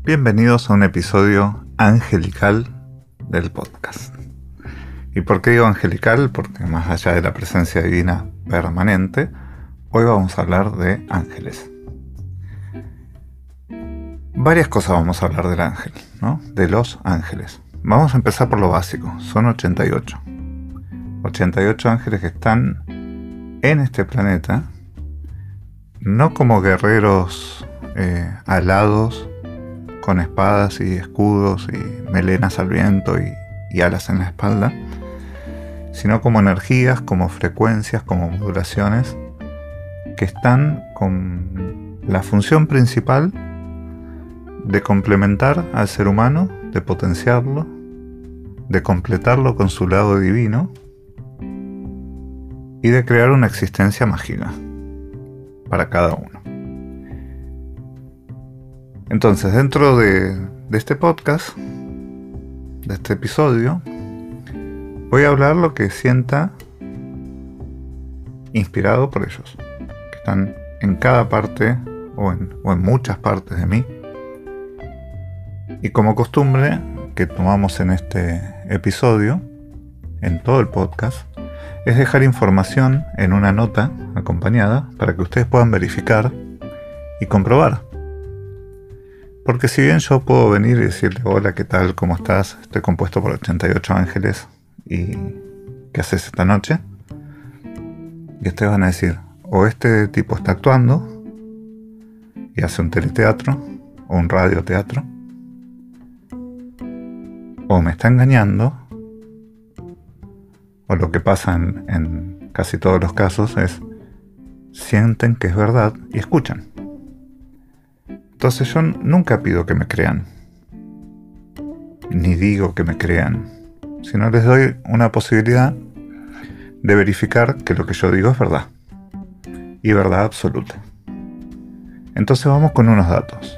Bienvenidos a un episodio angelical del podcast. ¿Y por qué digo angelical? Porque más allá de la presencia divina permanente, hoy vamos a hablar de ángeles. Varias cosas vamos a hablar del ángel, ¿no? De los ángeles. Vamos a empezar por lo básico. Son 88. 88 ángeles que están en este planeta, no como guerreros alados, con espadas y escudos y melenas al viento y alas en la espalda, sino como energías, como frecuencias, como modulaciones que están con la función principal de complementar al ser humano, de potenciarlo, de completarlo con su lado divino y de crear una existencia mágica para cada uno. Entonces, dentro de este podcast, de este episodio, voy a hablar lo que sienta inspirado por ellos, que están en cada parte o en muchas partes de mí. Y como costumbre que tomamos en este episodio, en todo el podcast, es dejar información en una nota acompañada para que ustedes puedan verificar y comprobar. Porque si bien yo puedo venir y decirle, hola, ¿qué tal? ¿Cómo estás? Estoy compuesto por 88 ángeles y ¿qué haces esta noche? Y ustedes van a decir, o este tipo está actuando y hace un teleteatro o un radioteatro, o me está engañando, o lo que pasa en casi todos los casos es sienten que es verdad y escuchan. Entonces yo nunca pido que me crean, ni digo que me crean, sino les doy una posibilidad de verificar que lo que yo digo es verdad, y verdad absoluta. Entonces vamos con unos datos.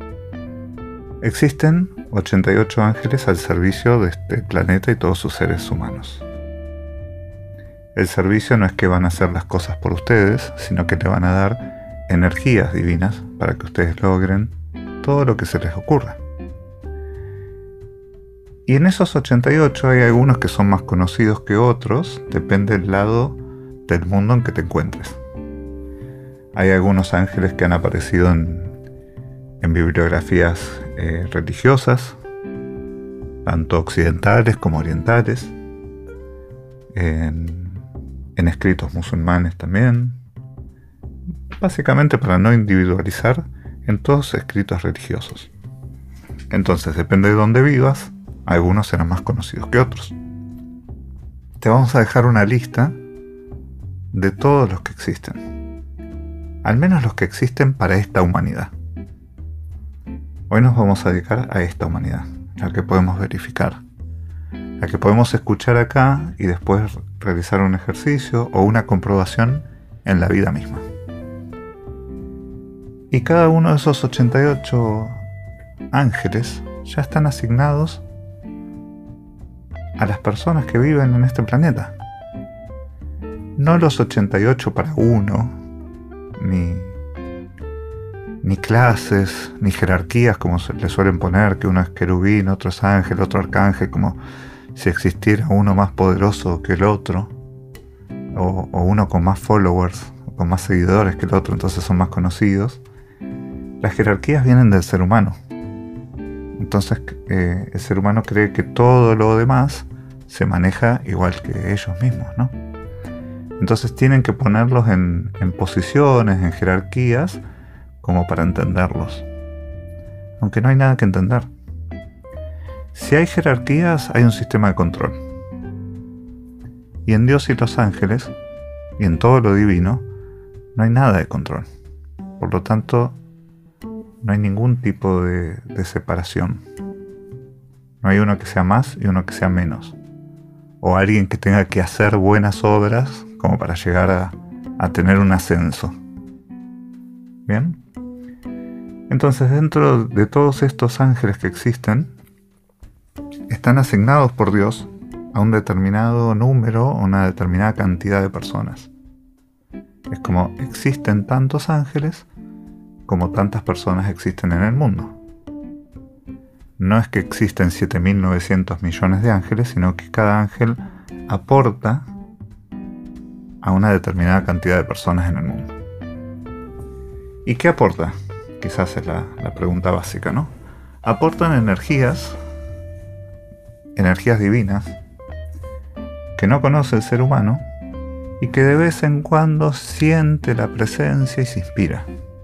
Existen 88 ángeles al servicio de este planeta y todos sus seres humanos. El servicio no es que van a hacer las cosas por ustedes, sino que le van a dar energías divinas para que ustedes logren todo lo que se les ocurra. Y en esos 88 hay algunos que son más conocidos que otros, depende del lado del mundo en que te encuentres. Hay algunos ángeles que han aparecido en bibliografías religiosas, tanto occidentales como orientales, en escritos musulmanes también, básicamente para no individualizar, en todos escritos religiosos. Entonces, depende de dónde vivas, algunos serán más conocidos que otros. Te vamos a dejar una lista de todos los que existen, al menos los que existen para esta humanidad. Hoy nos vamos a dedicar a esta humanidad, la que podemos verificar, la que podemos escuchar acá y después realizar un ejercicio o una comprobación en la vida misma. Y cada uno de esos 88 ángeles ya están asignados a las personas que viven en este planeta. No los 88 para uno, ni clases, ni jerarquías como se le suelen poner, que uno es querubín, otro es ángel, otro arcángel, como si existiera uno más poderoso que el otro, o uno con más followers, o con más seguidores que el otro, entonces son más conocidos. Las jerarquías vienen del ser humano. Entonces el ser humano cree que todo lo demás se maneja igual que ellos mismos, ¿no? Entonces tienen que ponerlos en posiciones, en jerarquías, como para entenderlos. Aunque no hay nada que entender. Si hay jerarquías, hay un sistema de control. Y en Dios y los ángeles, y en todo lo divino, no hay nada de control. Por lo tanto, no hay ningún tipo de separación. No hay uno que sea más y uno que sea menos. O alguien que tenga que hacer buenas obras como para llegar a tener un ascenso. ¿Bien? Entonces, dentro de todos estos ángeles que existen, están asignados por Dios a un determinado número o una determinada cantidad de personas. Es como existen tantos ángeles como tantas personas existen en el mundo. no es que existen 7.900 millones de ángeles, sino que cada ángel aporta a una determinada cantidad de personas en el mundo. ¿Y qué aporta? Quizás es la pregunta básica, ¿no? Aportan energías divinas que no conoce el ser humano y que de vez en cuando siente la presencia y se inspira.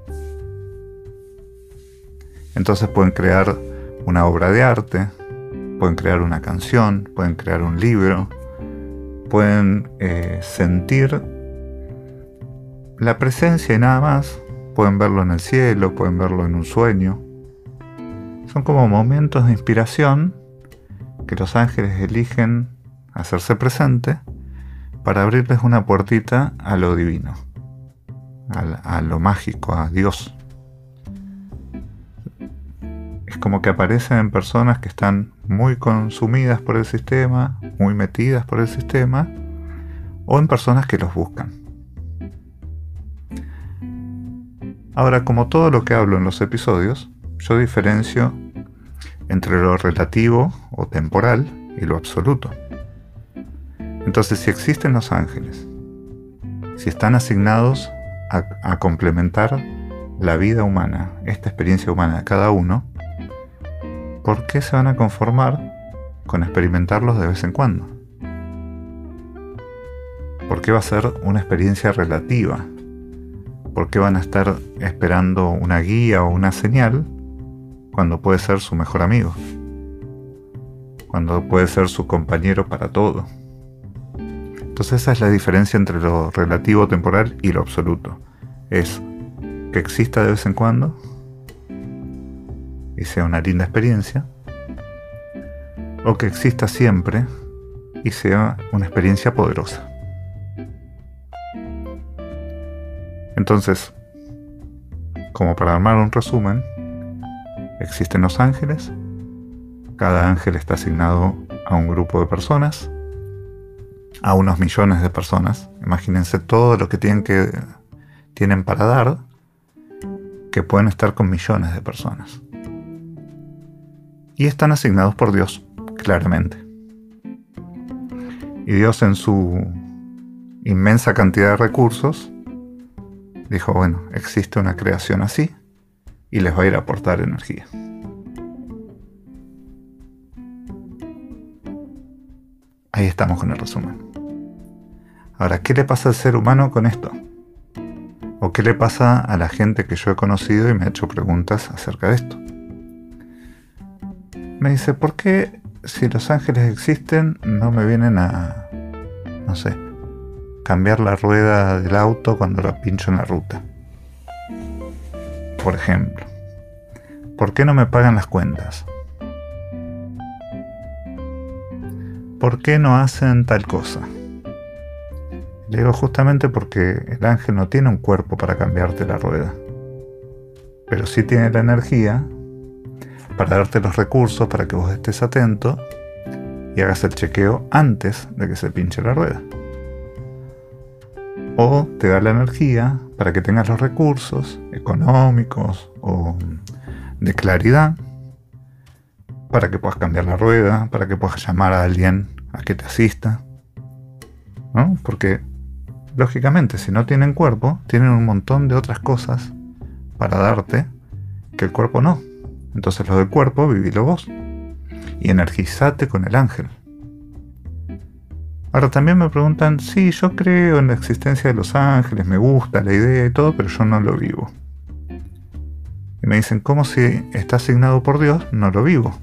Entonces pueden crear una obra de arte, pueden crear una canción, pueden crear un libro, pueden sentir la presencia y nada más. Pueden verlo en el cielo, pueden verlo en un sueño. Son como momentos de inspiración que los ángeles eligen hacerse presente para abrirles una puertita a lo divino, a lo mágico, a Dios. Es como que aparecen en personas que están muy consumidas por el sistema, muy metidas por el sistema, o en personas que los buscan. Ahora, como todo lo que hablo en los episodios, yo diferencio entre lo relativo o temporal y lo absoluto. Entonces, si existen los ángeles, si están asignados a complementar la vida humana, esta experiencia humana de cada uno, ¿por qué se van a conformar con experimentarlos de vez en cuando? ¿Por qué va a ser una experiencia relativa? ¿Por qué van a estar esperando una guía o una señal cuando puede ser su mejor amigo? Cuando puede ser su compañero para todo. Entonces esa es la diferencia entre lo relativo temporal y lo absoluto. Es que exista de vez en cuando y sea una linda experiencia, o que exista siempre y sea una experiencia poderosa. Entonces, como para armar un resumen, existen los ángeles, cada ángel está asignado a un grupo de personas, a unos millones de personas. Imagínense todo lo que tienen para dar, que pueden estar con millones de personas. Y están asignados por Dios, claramente. Y Dios, en su inmensa cantidad de recursos, dijo, bueno, existe una creación así y les va a ir a aportar energía. Ahí estamos con el resumen. Ahora, ¿qué le pasa al ser humano con esto? ¿O qué le pasa a la gente que yo he conocido y me ha hecho preguntas acerca de esto? Me dice, ¿por qué si los ángeles existen no me vienen a, no sé, cambiar la rueda del auto cuando la pincho en la ruta? Por ejemplo, ¿por qué no me pagan las cuentas? ¿Por qué no hacen tal cosa? Le digo, justamente porque el ángel no tiene un cuerpo para cambiarte la rueda, pero sí tiene la energía para darte los recursos para que vos estés atento y hagas el chequeo antes de que se pinche la rueda. O te da la energía para que tengas los recursos económicos o de claridad para que puedas cambiar la rueda, para que puedas llamar a alguien a que te asista, ¿no? Porque, lógicamente, si no tienen cuerpo, tienen un montón de otras cosas para darte que el cuerpo no. Entonces lo del cuerpo, vivilo vos. Y energizate con el ángel. Ahora también me preguntan, sí, yo creo en la existencia de los ángeles, me gusta la idea y todo, pero yo no lo vivo. Y me dicen, ¿cómo si está asignado por Dios, no lo vivo?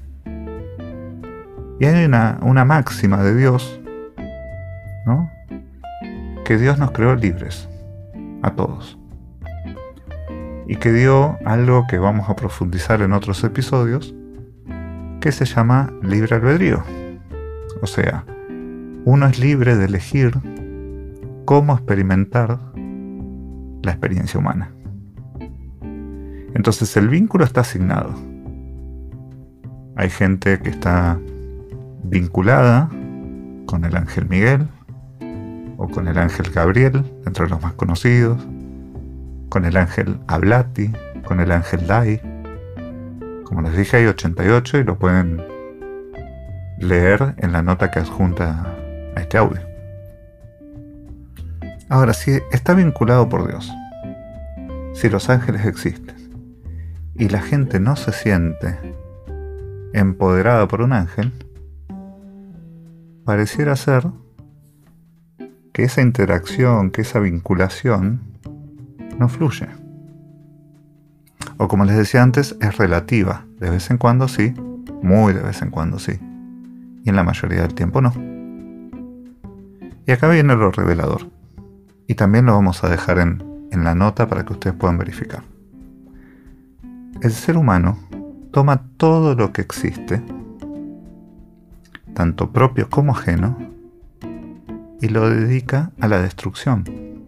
Y hay una máxima de Dios, ¿no? Que Dios nos creó libres, a todos. Y que dio algo que vamos a profundizar en otros episodios, que se llama libre albedrío. O sea, uno es libre de elegir cómo experimentar la experiencia humana. Entonces el vínculo está asignado. Hay gente que está vinculada con el ángel Miguel o con el ángel Gabriel, entre los más conocidos, con el ángel Ablati, con el ángel Dai, Como les dije, hay 88 y lo pueden leer en la nota que adjunta a este audio. Ahora, si está vinculado por Dios, si los ángeles existen y la gente no se siente empoderada por un ángel, pareciera ser que esa interacción, que esa vinculación no fluye. O como les decía antes, es relativa. De vez en cuando sí, muy de vez en cuando sí. Y en la mayoría del tiempo no. Y acá viene lo revelador. Y también lo vamos a dejar en la nota para que ustedes puedan verificar. El ser humano toma todo lo que existe, tanto propio como ajeno, y lo dedica a la destrucción.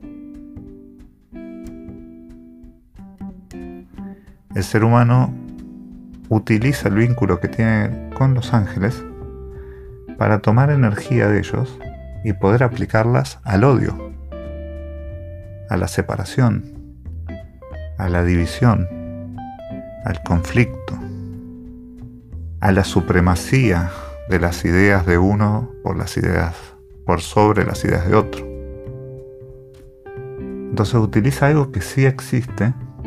El ser humano utiliza el vínculo que tiene con los ángeles para tomar energía de ellos y poder aplicarlas al odio, a la separación, a la división, al conflicto, a la supremacía de las ideas de uno por sobre las ideas de otro. Entonces utiliza algo que sí existe,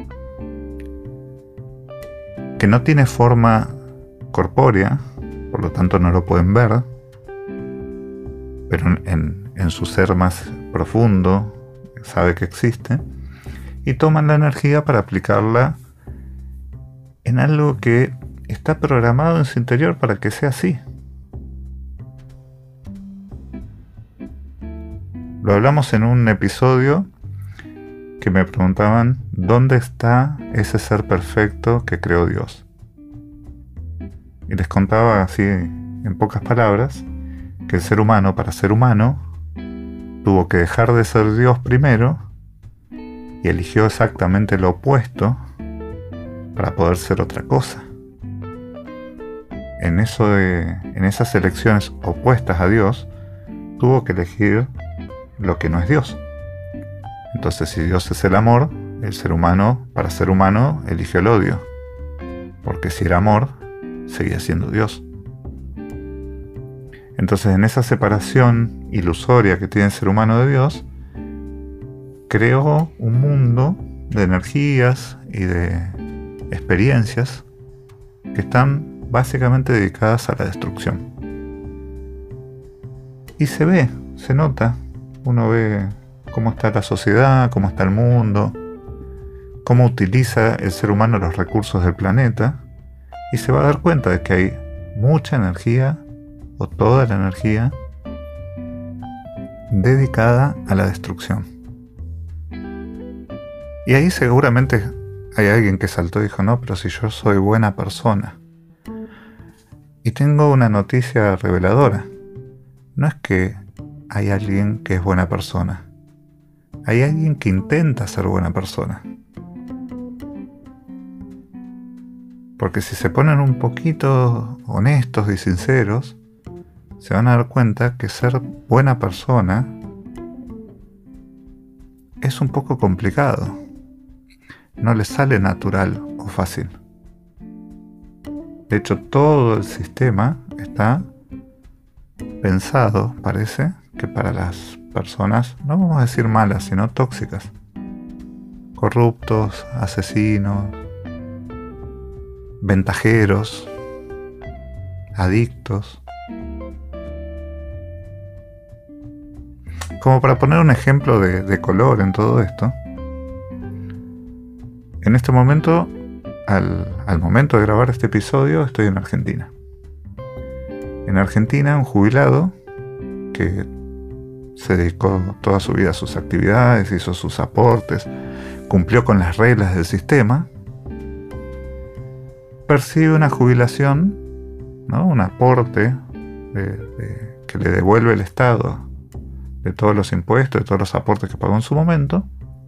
que no tiene forma corpórea, por lo tanto no lo pueden ver, pero en su ser más profundo sabe que existe, y toman la energía para aplicarla en algo que está programado en su interior para que sea así. Lo hablamos en un episodio que me preguntaban ¿dónde está ese ser perfecto que creó Dios? Y les contaba así en pocas palabras que el ser humano, para ser humano, tuvo que dejar de ser Dios primero y eligió exactamente lo opuesto para poder ser otra cosa. En esas elecciones opuestas a Dios, tuvo que elegir lo que no es Dios. Entonces, si Dios es el amor, el ser humano, para ser humano, eligió el odio. Porque si era amor, seguía siendo Dios. Entonces, en esa separación ilusoria que tiene el ser humano de Dios, creó un mundo de energías y de experiencias que están básicamente dedicadas a la destrucción. Y se ve, se nota, uno ve cómo está la sociedad, cómo está el mundo, cómo utiliza el ser humano los recursos del planeta, y se va a dar cuenta de que hay mucha energía, o toda la energía, dedicada a la destrucción. Y ahí seguramente hay alguien que saltó y dijo, no, pero si yo soy buena persona. Y tengo una noticia reveladora. No es que hay alguien que es buena persona. Hay alguien que intenta ser buena persona. Porque si se ponen un poquito honestos y sinceros, se van a dar cuenta que ser buena persona es un poco complicado. No les sale natural o fácil. De hecho, todo el sistema está pensado, parece, que para las personas, no vamos a decir malas, sino tóxicas. Corruptos, asesinos, ventajeros, adictos. Como para poner un ejemplo de color en todo esto, en este momento, al momento de grabar este episodio, estoy en Argentina. En Argentina, un jubilado que se dedicó toda su vida a sus actividades, hizo sus aportes, cumplió con las reglas del sistema, percibe una jubilación, ¿no? Un aporte que le devuelve el Estado de todos los impuestos, de todos los aportes que pagó en su momento,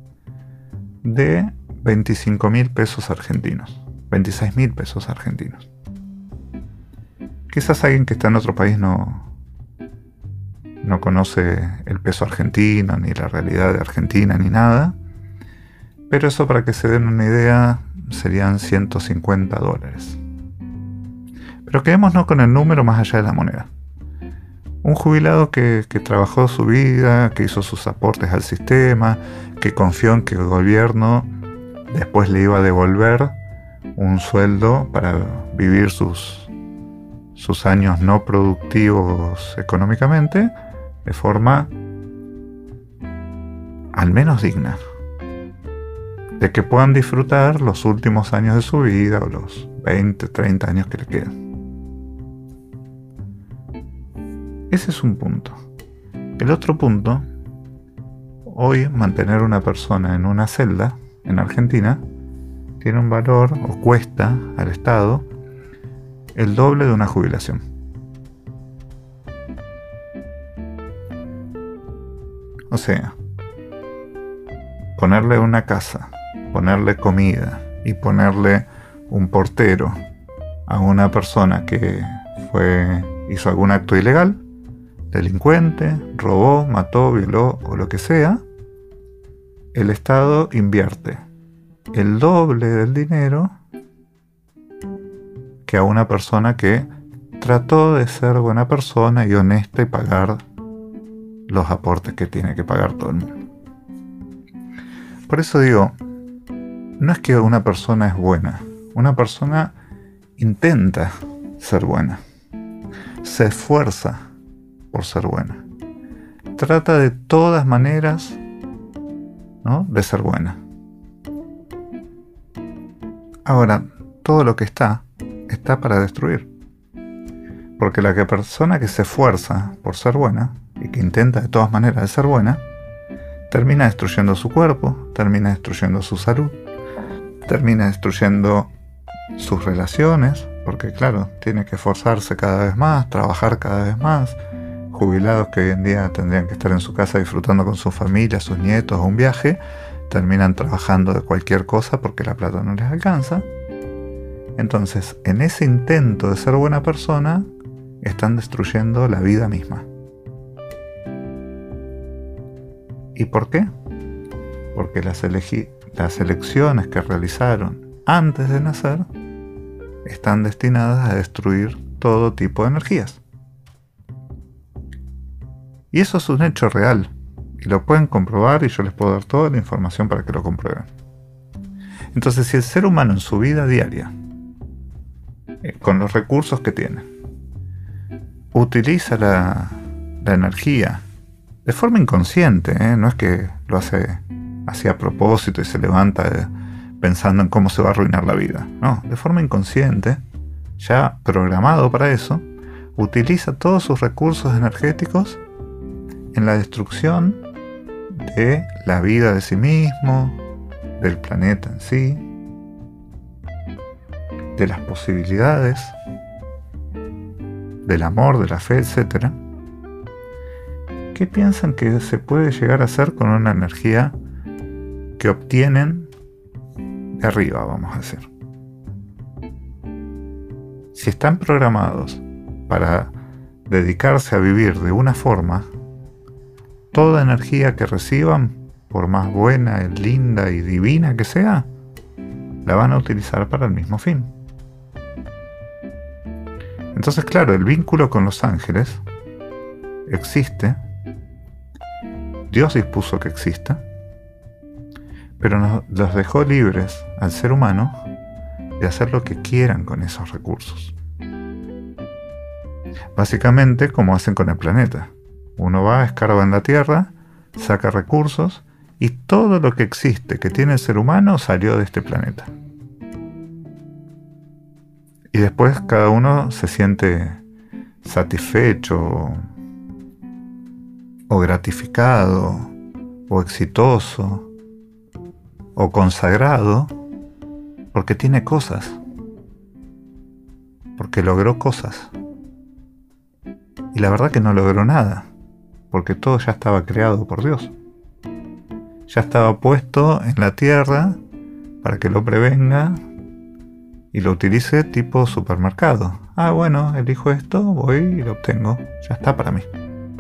de 25.000 pesos argentinos, 26.000 pesos argentinos. Quizás alguien que está en otro país no conoce el peso argentino, ni la realidad de Argentina, ni nada, pero eso, para que se den una idea, serían $150. Pero quedémonos con el número más allá de la moneda. Un jubilado que trabajó su vida, que hizo sus aportes al sistema, que confió en que el gobierno después le iba a devolver un sueldo para vivir sus años no productivos económicamente de forma al menos digna, de que puedan disfrutar los últimos años de su vida o los 20, 30 años que le quedan. Ese es un punto. El otro punto, hoy mantener una persona en una celda en Argentina tiene un valor o cuesta al Estado el doble de una jubilación. O sea, ponerle una casa, ponerle comida y ponerle un portero a una persona que hizo algún acto ilegal, delincuente, robó, mató, violó o lo que sea, el Estado invierte el doble del dinero que a una persona que trató de ser buena persona y honesta y pagar los aportes que tiene que pagar todo el mundo. Por eso digo, no es que una persona es buena, una persona intenta ser buena, se esfuerza por ser buena, trata de todas maneras, ¿no?, de ser buena. Ahora, todo lo que está para destruir, porque la persona que se esfuerza por ser buena y que intenta de todas maneras de ser buena, termina destruyendo su cuerpo, termina destruyendo su salud, termina destruyendo sus relaciones, porque claro, tiene que esforzarse cada vez más, trabajar cada vez más. Jubilados que hoy en día tendrían que estar en su casa disfrutando con su familia, sus nietos o un viaje, terminan trabajando de cualquier cosa porque la plata no les alcanza. Entonces, en ese intento de ser buena persona, están destruyendo la vida misma. ¿Y por qué? Porque las elecciones que realizaron antes de nacer están destinadas a destruir todo tipo de energías. Y eso es un hecho real, y lo pueden comprobar, y yo les puedo dar toda la información para que lo comprueben. Entonces, si el ser humano en su vida diaria, con los recursos que tiene, utiliza la energía de forma inconsciente, no es que lo hace así a propósito y se levanta pensando en cómo se va a arruinar la vida, no, de forma inconsciente, ya programado para eso, utiliza todos sus recursos energéticos en la destrucción de la vida de sí mismo, del planeta en sí, de las posibilidades, del amor, de la fe, etc. ¿Qué piensan que se puede llegar a hacer con una energía que obtienen de arriba, vamos a decir? Si están programados para dedicarse a vivir de una forma, toda energía que reciban, por más buena, linda y divina que sea, la van a utilizar para el mismo fin. Entonces, claro, el vínculo con los ángeles existe, Dios dispuso que exista, pero los dejó libres al ser humano de hacer lo que quieran con esos recursos. Básicamente, como hacen con el planeta. Uno va, escarba en la Tierra, saca recursos, y todo lo que existe, que tiene el ser humano, salió de este planeta. Y después cada uno se siente satisfecho, o gratificado, o exitoso, o consagrado, porque tiene cosas, porque logró cosas. Y la verdad que no logró nada, porque todo ya estaba creado por Dios. Ya estaba puesto en la tierra para que el hombre venga y lo utilice tipo supermercado. Ah, bueno, elijo esto, voy y lo obtengo. Ya está para mí.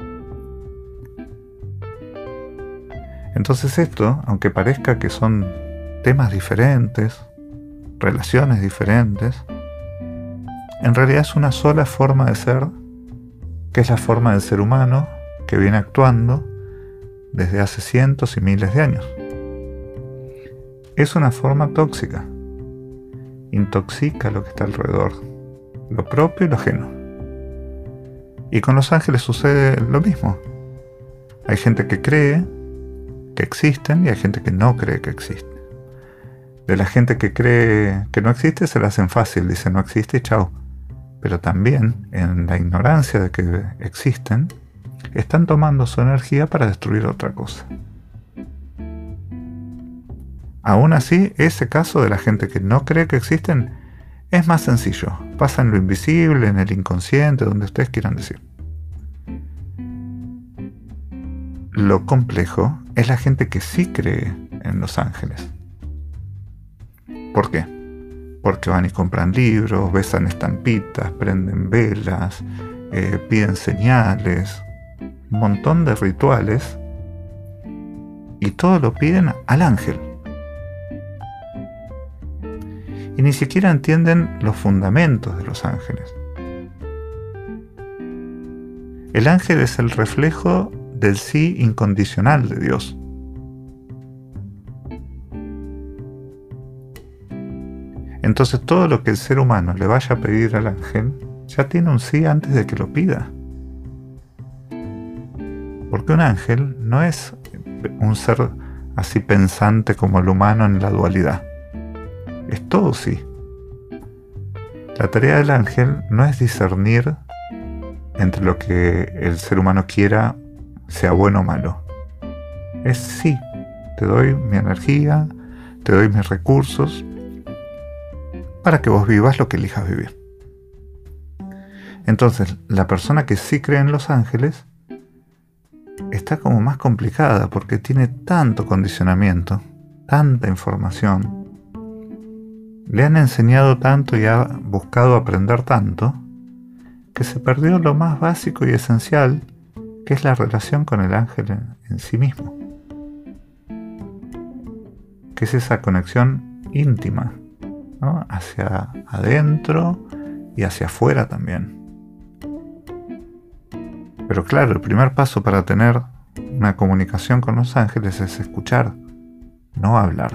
Entonces esto, aunque parezca que son temas diferentes, relaciones diferentes, en realidad es una sola forma de ser, que es la forma del ser humano que viene actuando desde hace cientos y miles de años. Es una forma tóxica. Intoxica lo que está alrededor, lo propio y lo ajeno. Y con los ángeles sucede lo mismo. Hay gente que cree que existen y hay gente que no cree que existen. De la gente que cree que no existe se la hacen fácil, dice no existe y chao. Pero también, en la ignorancia de que existen, están tomando su energía para destruir otra cosa. Aún así, ese caso de la gente que no cree que existen es más sencillo. Pasa en lo invisible, en el inconsciente, donde ustedes quieran decir. Lo complejo es la gente que sí cree en los ángeles. ¿Por qué? Porque van y compran libros, besan estampitas, prenden velas, piden señales, un montón de rituales, y todo lo piden al ángel. Y ni siquiera entienden los fundamentos de los ángeles. El ángel es el reflejo del sí incondicional de Dios. Entonces todo lo que el ser humano le vaya a pedir al ángel ya tiene un sí antes de que lo pida. Porque un ángel no es un ser así pensante como el humano en la dualidad. Es todo sí. La tarea del ángel no es discernir entre lo que el ser humano quiera, sea bueno o malo. Es sí. Te doy mi energía, te doy mis recursos, para que vos vivas lo que elijas vivir. Entonces, la persona que sí cree en los ángeles está como más complicada porque tiene tanto condicionamiento, tanta información, le han enseñado tanto y ha buscado aprender tanto, que se perdió lo más básico y esencial, que es la relación con el ángel en sí mismo, que es esa conexión íntima, ¿no? Hacia adentro y hacia afuera también. Pero claro, el primer paso para tener una comunicación con los ángeles es escuchar, no hablar.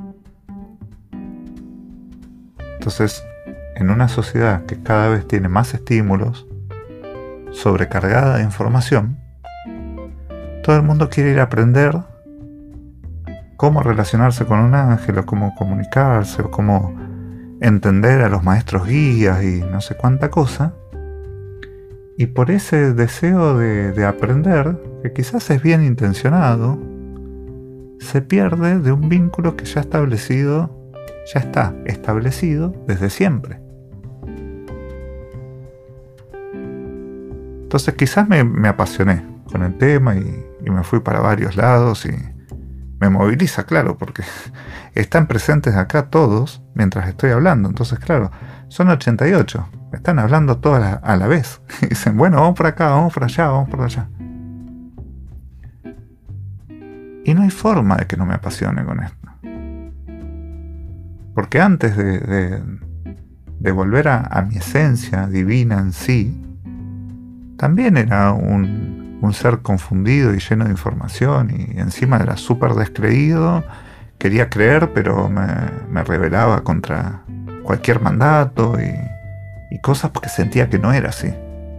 Entonces, en una sociedad que cada vez tiene más estímulos, sobrecargada de información, todo el mundo quiere ir a aprender cómo relacionarse con un ángel, o cómo comunicarse, o cómo entender a los maestros guías y no sé cuánta cosa. Y por ese deseo de aprender, que quizás es bien intencionado, se pierde de un vínculo que ya está establecido desde siempre. Entonces quizás me apasioné con el tema y me fui para varios lados y me moviliza, claro, porque están presentes acá todos mientras estoy hablando. Entonces, claro, son 88. Están hablando todos a la vez. Y dicen, bueno, vamos por acá, vamos por allá, vamos por allá. Y no hay forma de que no me apasione con esto. Porque antes de volver a mi esencia divina en sí, también era un ser confundido y lleno de información, y encima era súper descreído. Quería creer, pero me rebelaba contra cualquier mandato y cosas porque sentía que no era así.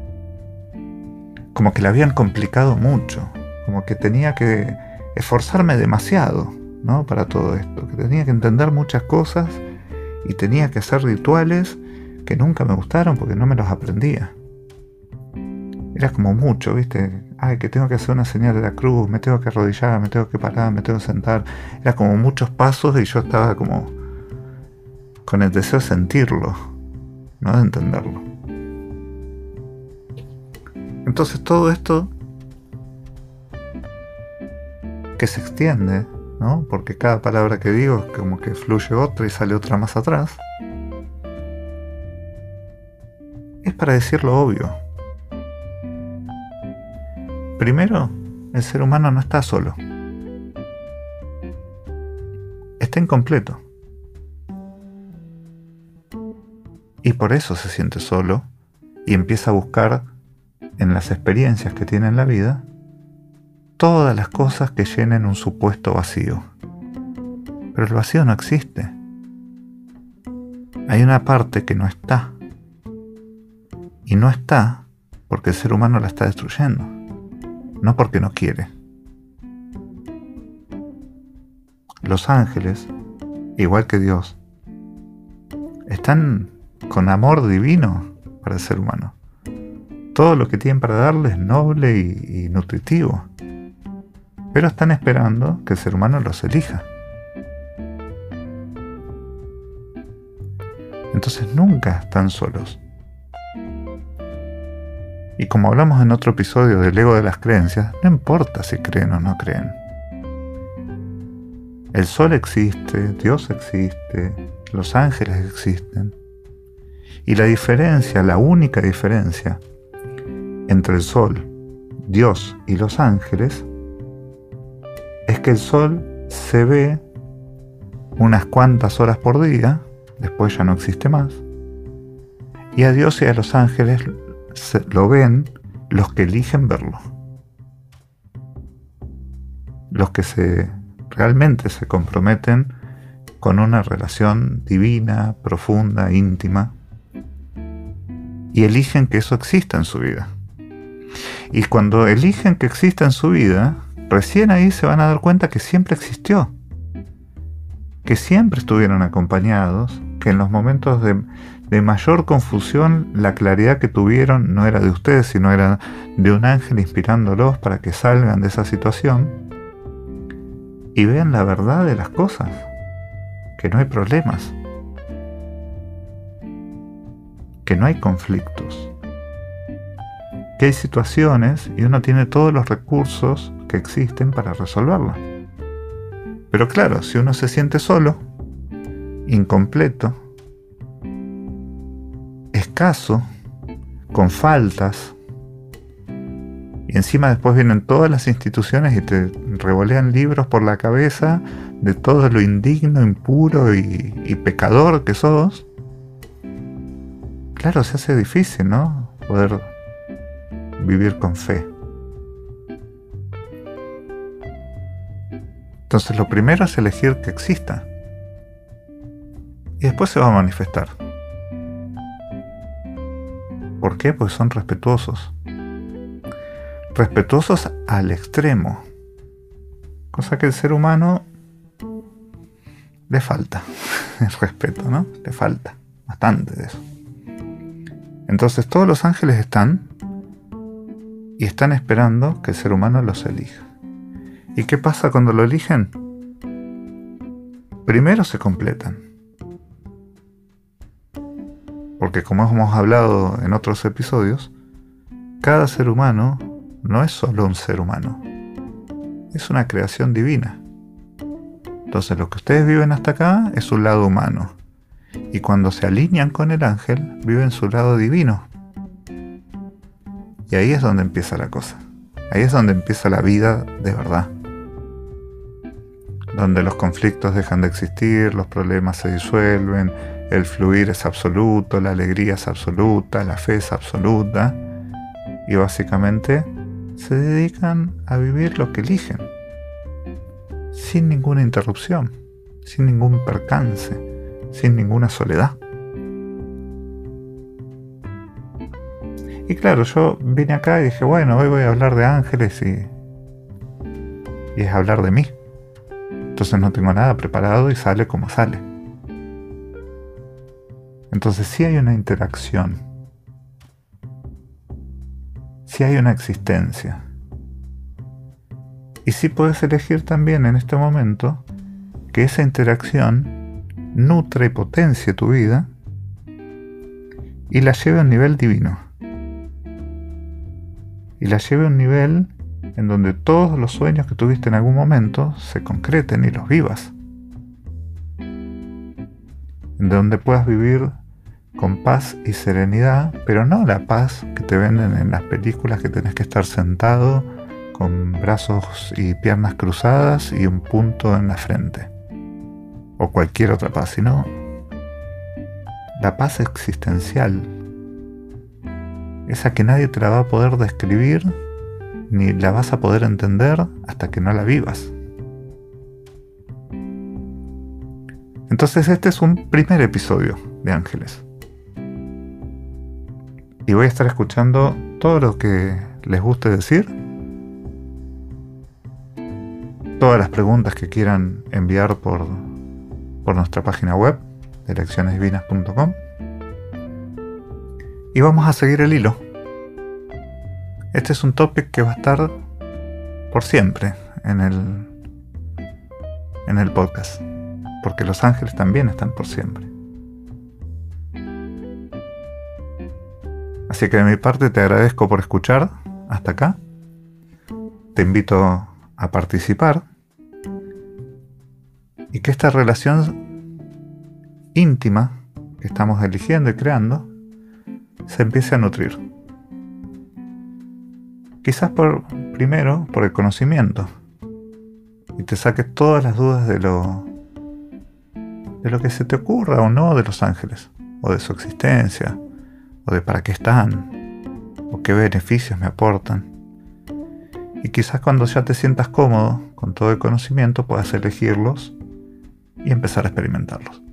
Como que la habían complicado mucho, como que tenía que esforzarme demasiado, ¿no? Para todo esto, que tenía que entender muchas cosas y tenía que hacer rituales que nunca me gustaron porque no me los aprendía. Era como mucho, ¿viste? Ay, que tengo que hacer una señal de la cruz, me tengo que arrodillar, me tengo que parar, me tengo que sentar. Era como muchos pasos y yo estaba como con el deseo de sentirlo, no de entenderlo. Entonces todo esto que se extiende, ¿no? Porque cada palabra que digo es como que fluye otra y sale otra más atrás. Es para decir lo obvio. Primero, el ser humano no está solo. Está incompleto. Y por eso se siente solo y empieza a buscar en las experiencias que tiene en la vida todas las cosas que llenen un supuesto vacío. Pero el vacío no existe. Hay una parte que no está. Y no está porque el ser humano la está destruyendo, no porque no quiere. Los ángeles, igual que Dios, están con amor divino para el ser humano. Todo lo que tienen para darle es noble y nutritivo. Pero están esperando que el ser humano los elija. Entonces nunca están solos. Y como hablamos en otro episodio del ego de las creencias, no importa si creen o no creen. El sol existe, Dios existe, los ángeles existen. Y la diferencia, la única diferencia entre el sol, Dios y los ángeles es que el sol se ve unas cuantas horas por día, después ya no existe más. Y a Dios y a los ángeles lo ven los que eligen verlo. Los que realmente se comprometen con una relación divina, profunda, íntima, y eligen que eso exista en su vida. Y cuando eligen que exista en su vida, recién ahí se van a dar cuenta que siempre existió, que siempre estuvieron acompañados, que en los momentos de mayor confusión la claridad que tuvieron no era de ustedes, sino era de un ángel inspirándolos para que salgan de esa situación y vean la verdad de las cosas, que no hay problemas, que no hay conflictos, que hay situaciones y uno tiene todos los recursos que existen para resolverla. Pero claro, si uno se siente solo, incompleto, escaso, con faltas, y encima después vienen todas las instituciones y te revolean libros por la cabeza de todo lo indigno, impuro y pecador que sos, claro, se hace difícil, ¿no? Poder vivir con fe. Entonces lo primero es elegir que exista. Y después se va a manifestar. ¿Por qué? Pues son respetuosos. Respetuosos al extremo. Cosa que el ser humano le falta. El respeto, ¿no? Le falta bastante de eso. Entonces todos los ángeles están y están esperando que el ser humano los elija. ¿Y qué pasa cuando lo eligen? Primero se completan. Porque como hemos hablado en otros episodios, cada ser humano no es solo un ser humano. Es una creación divina. Entonces lo que ustedes viven hasta acá es un lado humano. Y cuando se alinean con el ángel, viven su lado divino. Y ahí es donde empieza la cosa. Ahí es donde empieza la vida de verdad. Donde los conflictos dejan de existir, los problemas se disuelven, el fluir es absoluto, la alegría es absoluta, la fe es absoluta. Y básicamente se dedican a vivir lo que eligen. Sin ninguna interrupción, sin ningún percance, sin ninguna soledad. Y claro, yo vine acá y dije, bueno, hoy voy a hablar de ángeles y es hablar de mí. Entonces no tengo nada preparado y sale como sale. Entonces sí hay una interacción. Sí hay una existencia. Y sí puedes elegir también en este momento que esa interacción nutre y potencie tu vida y la lleve a un nivel divino. Y la lleve a un nivel en donde todos los sueños que tuviste en algún momento se concreten y los vivas. En donde puedas vivir con paz y serenidad, pero no la paz que te venden en las películas, que tenés que estar sentado con brazos y piernas cruzadas y un punto en la frente. O cualquier otra paz, sino la paz existencial, esa que nadie te la va a poder describir ni la vas a poder entender hasta que no la vivas. Entonces este es un primer episodio de Ángeles. Y voy a estar escuchando todo lo que les guste decir, todas las preguntas que quieran enviar por nuestra página web, leccionesdivinas.com, y vamos a seguir el hilo. Este es un topic que va a estar por siempre en el podcast, porque los ángeles también están por siempre. Así que de mi parte te agradezco por escuchar hasta acá. Te invito a participar y que esta relación íntima que estamos eligiendo y creando se empiece a nutrir. Quizás primero por el conocimiento, y te saques todas las dudas de lo que se te ocurra o no de los ángeles, o de su existencia, o de para qué están, o qué beneficios me aportan. Y quizás cuando ya te sientas cómodo con todo el conocimiento puedas elegirlos y empezar a experimentarlos.